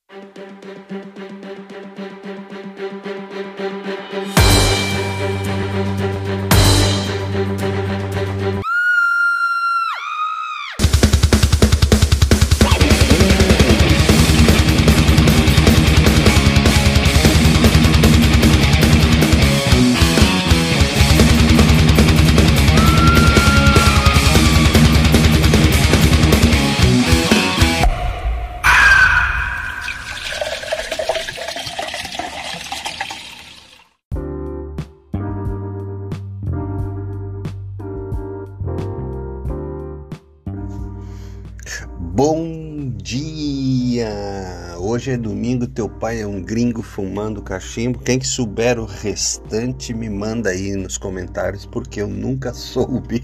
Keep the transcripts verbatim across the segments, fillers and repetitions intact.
Bom dia! Hoje é domingo, teu pai é um gringo fumando cachimbo. Quem que souber o restante me manda aí nos comentários, porque eu nunca soube.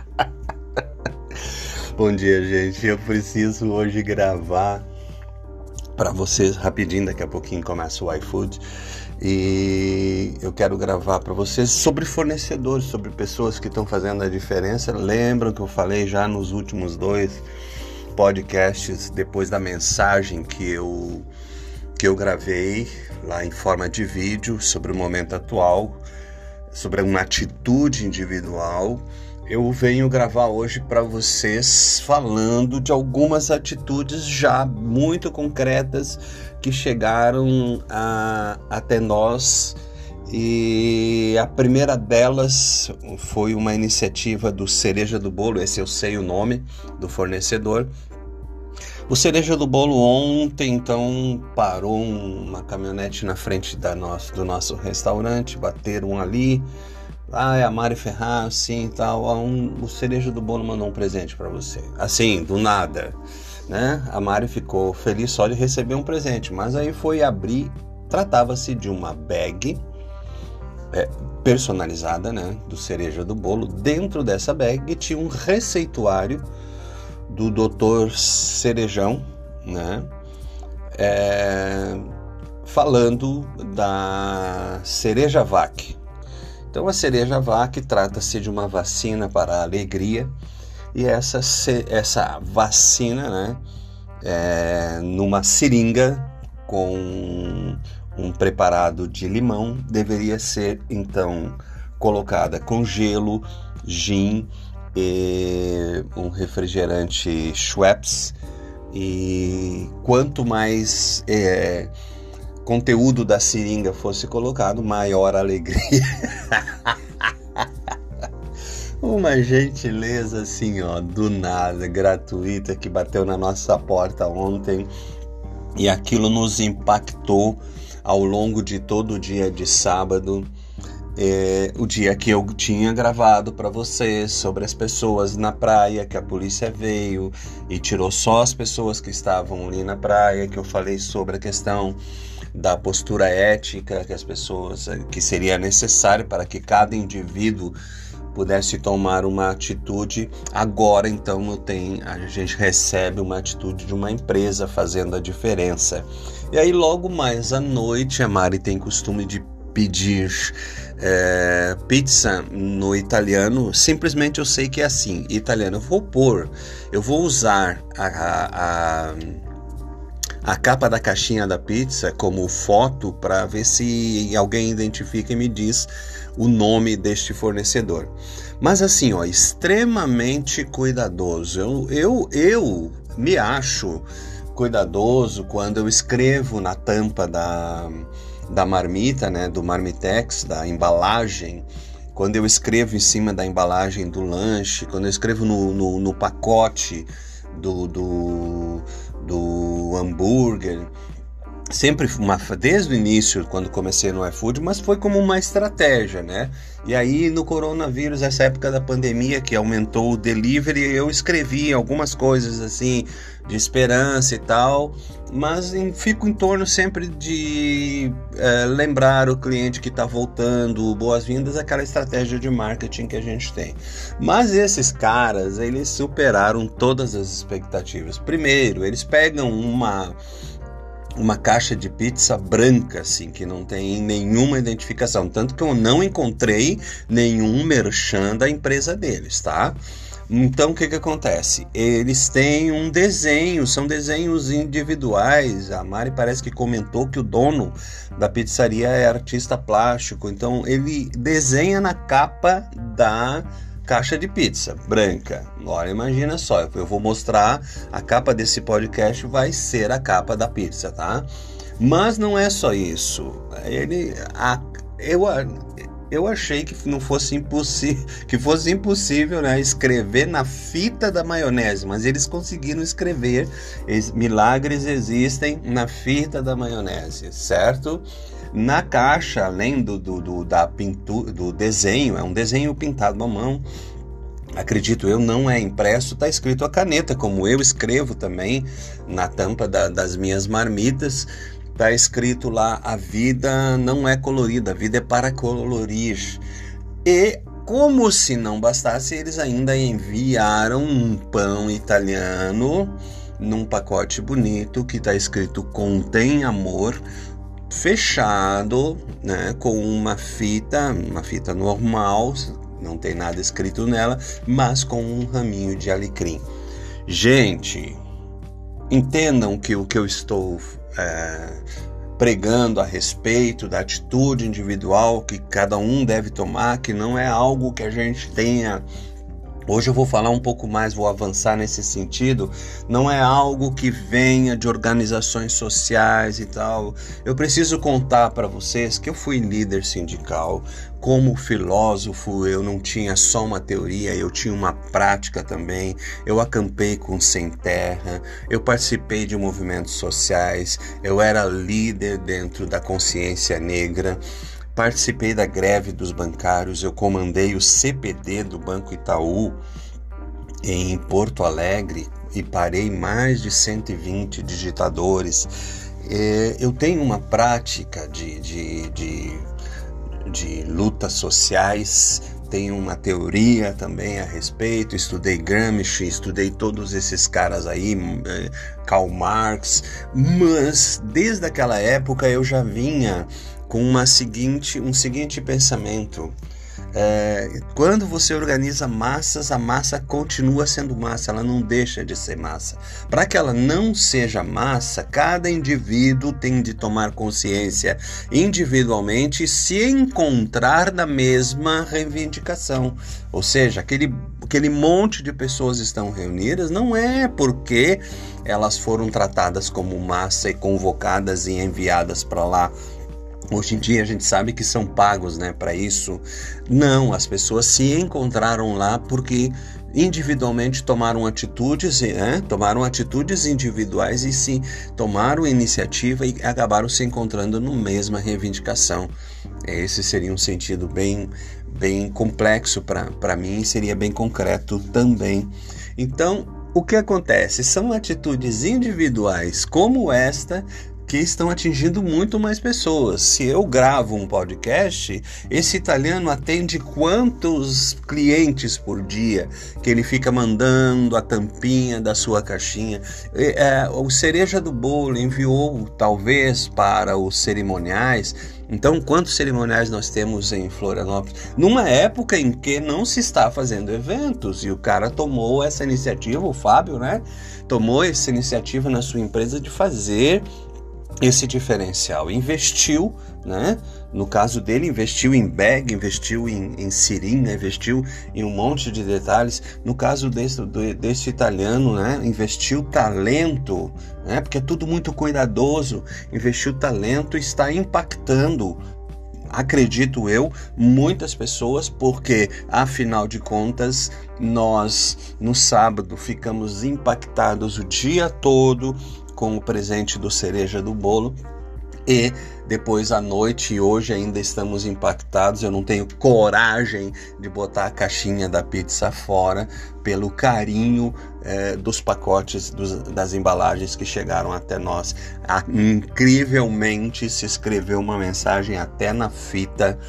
Bom dia, gente. Eu preciso hoje gravar para vocês rapidinho, daqui a pouquinho começa o iFood. E eu quero gravar para vocês sobre fornecedores, sobre pessoas que estão fazendo a diferença. Lembram que eu falei já nos últimos dois podcasts, depois da mensagem que eu, que eu gravei lá em forma de vídeo sobre o momento atual, sobre uma atitude individual. Eu venho gravar hoje para vocês falando de algumas atitudes já muito concretas que chegaram a, até nós. E a primeira delas foi uma iniciativa do Cereja do Bolo, esse eu sei o nome do fornecedor. O Cereja do Bolo ontem, então, parou uma caminhonete na frente da nosso, do nosso restaurante, bateram ali. Ah, é a Mari Ferraz, sim, tal. Um, o Cereja do Bolo mandou um presente para você. Assim, do nada, né? A Mari ficou feliz só de receber um presente, mas aí foi abrir, tratava-se de uma bag é, personalizada, né? Do Cereja do Bolo. Dentro dessa bag tinha um receituário do doutor Cerejão, né? É, falando da Cerejavac. Então a Cerejavac trata-se de uma vacina para a alegria, e essa, essa vacina, né, é, numa seringa com um preparado de limão, deveria ser então colocada com gelo, gin e um refrigerante Schweppes, e quanto mais é, conteúdo da seringa fosse colocado, maior a alegria. Uma gentileza assim, ó, do nada, gratuita, que bateu na nossa porta ontem, e aquilo nos impactou ao longo de todo o dia de sábado. É, o dia que eu tinha gravado para vocês sobre as pessoas na praia, que a polícia veio e tirou só as pessoas que estavam ali na praia, que eu falei sobre a questão da postura ética, que as pessoas, que seria necessário para que cada indivíduo pudesse tomar uma atitude. Agora então eu tenho, a gente recebe uma atitude de uma empresa fazendo a diferença. E aí logo mais à noite a Mari tem costume de pedir é, pizza no italiano. Simplesmente eu sei que é assim, italiano. Eu vou pôr, eu vou usar a, a, a capa da caixinha da pizza como foto para ver se alguém identifica e me diz o nome deste fornecedor. Mas assim, ó, extremamente cuidadoso. Eu, eu, eu me acho cuidadoso quando eu escrevo na tampa da da marmita, né, do Marmitex, da embalagem, quando eu escrevo em cima da embalagem do lanche, quando eu escrevo no, no, no pacote do, do, do hambúrguer, sempre uma, desde o início, quando comecei no iFood, mas foi como uma estratégia, né? E aí no coronavírus, essa época da pandemia que aumentou o delivery, eu escrevi algumas coisas assim de esperança e tal, mas em, fico em torno sempre de é, lembrar o cliente que está voltando, boas-vindas, aquela estratégia de marketing que a gente tem. Mas esses caras, eles superaram todas as expectativas. Primeiro, eles pegam uma uma caixa de pizza branca, assim, que não tem nenhuma identificação, tanto que eu não encontrei nenhum merchan da empresa deles, tá? Então o que que acontece? Eles têm um desenho, são desenhos individuais. A Mari parece que comentou que o dono da pizzaria é artista plástico, então ele desenha na capa da caixa de pizza branca. Agora imagina só, eu vou mostrar a capa desse podcast, vai ser a capa da pizza, tá? Mas não é só isso. Ele, a, eu, eu achei que não fosse impossível, que fosse impossível, né, escrever na fita da maionese, mas eles conseguiram escrever. Milagres existem na fita da maionese, certo? Na caixa, além do, do, do, da pintura, do desenho, é um desenho pintado à mão, acredito eu, não é impresso, está escrito a caneta, como eu escrevo também na tampa da, das minhas marmitas. Está escrito lá: a vida não é colorida, a vida é para colorir. E como se não bastasse, eles ainda enviaram um pão italiano num pacote bonito que está escrito "Contém amor", fechado, né, com uma fita, uma fita normal, não tem nada escrito nela, mas com um raminho de alecrim. Gente, entendam que o que eu estou é, pregando a respeito da atitude individual que cada um deve tomar, que não é algo que a gente tenha. Hoje eu vou falar um pouco mais, vou avançar nesse sentido. Não é algo que venha de organizações sociais e tal. Eu preciso contar para vocês que eu fui líder sindical. Como filósofo, eu não tinha só uma teoria, eu tinha uma prática também. Eu acampei com Sem Terra, eu participei de movimentos sociais, eu era líder dentro da consciência negra. Participei da greve dos bancários, eu comandei o C P D do Banco Itaú em Porto Alegre e parei mais de cento e vinte digitadores. Eu tenho uma prática de, de, de, de lutas sociais, tenho uma teoria também a respeito, estudei Gramsci, estudei todos esses caras aí, Karl Marx, mas desde aquela época eu já vinha com uma seguinte, um seguinte pensamento. É, quando você organiza massas, a massa continua sendo massa, ela não deixa de ser massa. Para que ela não seja massa, cada indivíduo tem de tomar consciência individualmente e se encontrar na mesma reivindicação. Ou seja, aquele, aquele monte de pessoas estão reunidas, não é porque elas foram tratadas como massa e convocadas e enviadas para lá. Hoje em dia a gente sabe que são pagos, né, para isso. Não, as pessoas se encontraram lá porque individualmente tomaram atitudes, né, tomaram atitudes individuais e se tomaram iniciativa e acabaram se encontrando na mesma reivindicação. Esse seria um sentido bem, bem complexo para mim e seria bem concreto também. Então, o que acontece? São atitudes individuais como esta que estão atingindo muito mais pessoas. Se eu gravo um podcast, esse italiano atende quantos clientes por dia que ele fica mandando a tampinha da sua caixinha? É, o Cereja do Bolo enviou talvez para os cerimoniais. Então, quantos cerimoniais nós temos em Florianópolis? Numa época em que não se está fazendo eventos, e o cara tomou essa iniciativa, o Fábio, né? Tomou essa iniciativa na sua empresa de fazer esse diferencial, investiu, né? No caso dele, investiu em bag, investiu em, em seringa, investiu em um monte de detalhes. No caso desse, desse italiano, né? Investiu talento, né? Porque é tudo muito cuidadoso. Investiu talento e está impactando, acredito eu, muitas pessoas, porque afinal de contas nós no sábado ficamos impactados o dia todo com o presente do Cereja do Bolo e depois à noite, e hoje ainda estamos impactados. Eu não tenho coragem de botar a caixinha da pizza fora pelo carinho eh, dos pacotes, dos, das embalagens que chegaram até nós. Ah, incrivelmente se escreveu uma mensagem até na fita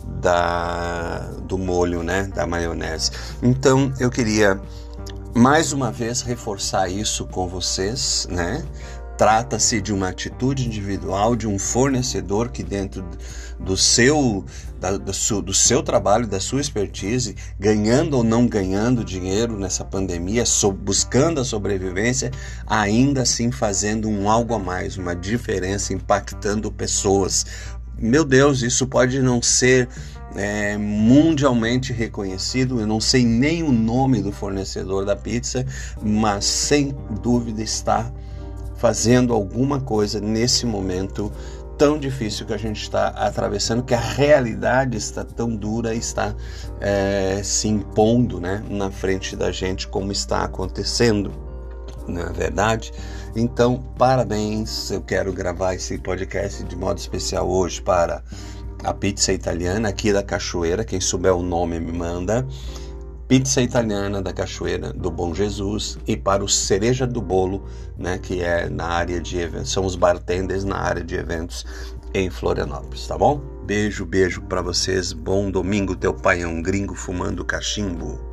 da, do molho, né, da maionese. Então eu queria mais uma vez reforçar isso com vocês, né? trata-se de uma atitude individual de um fornecedor que dentro do seu, da, do, seu, do seu trabalho, da sua expertise, ganhando ou não ganhando dinheiro nessa pandemia, so, buscando a sobrevivência, ainda assim fazendo um algo a mais, uma diferença, impactando pessoas. Meu Deus, isso pode não ser é, mundialmente reconhecido, eu não sei nem o nome do fornecedor da pizza, mas sem dúvida está fazendo alguma coisa nesse momento tão difícil que a gente está atravessando, que a realidade está tão dura e está é, se impondo, né, na frente da gente, como está acontecendo, não é verdade? Então, parabéns, eu quero gravar esse podcast de modo especial hoje para a pizza italiana aqui da Cachoeira, quem souber o nome me manda, pizza italiana da Cachoeira, do Bom Jesus, e para o Cereja do Bolo, né, que é na área de eventos, são os bartenders na área de eventos em Florianópolis, tá bom? Beijo, beijo para vocês, bom domingo, teu pai é um gringo fumando cachimbo.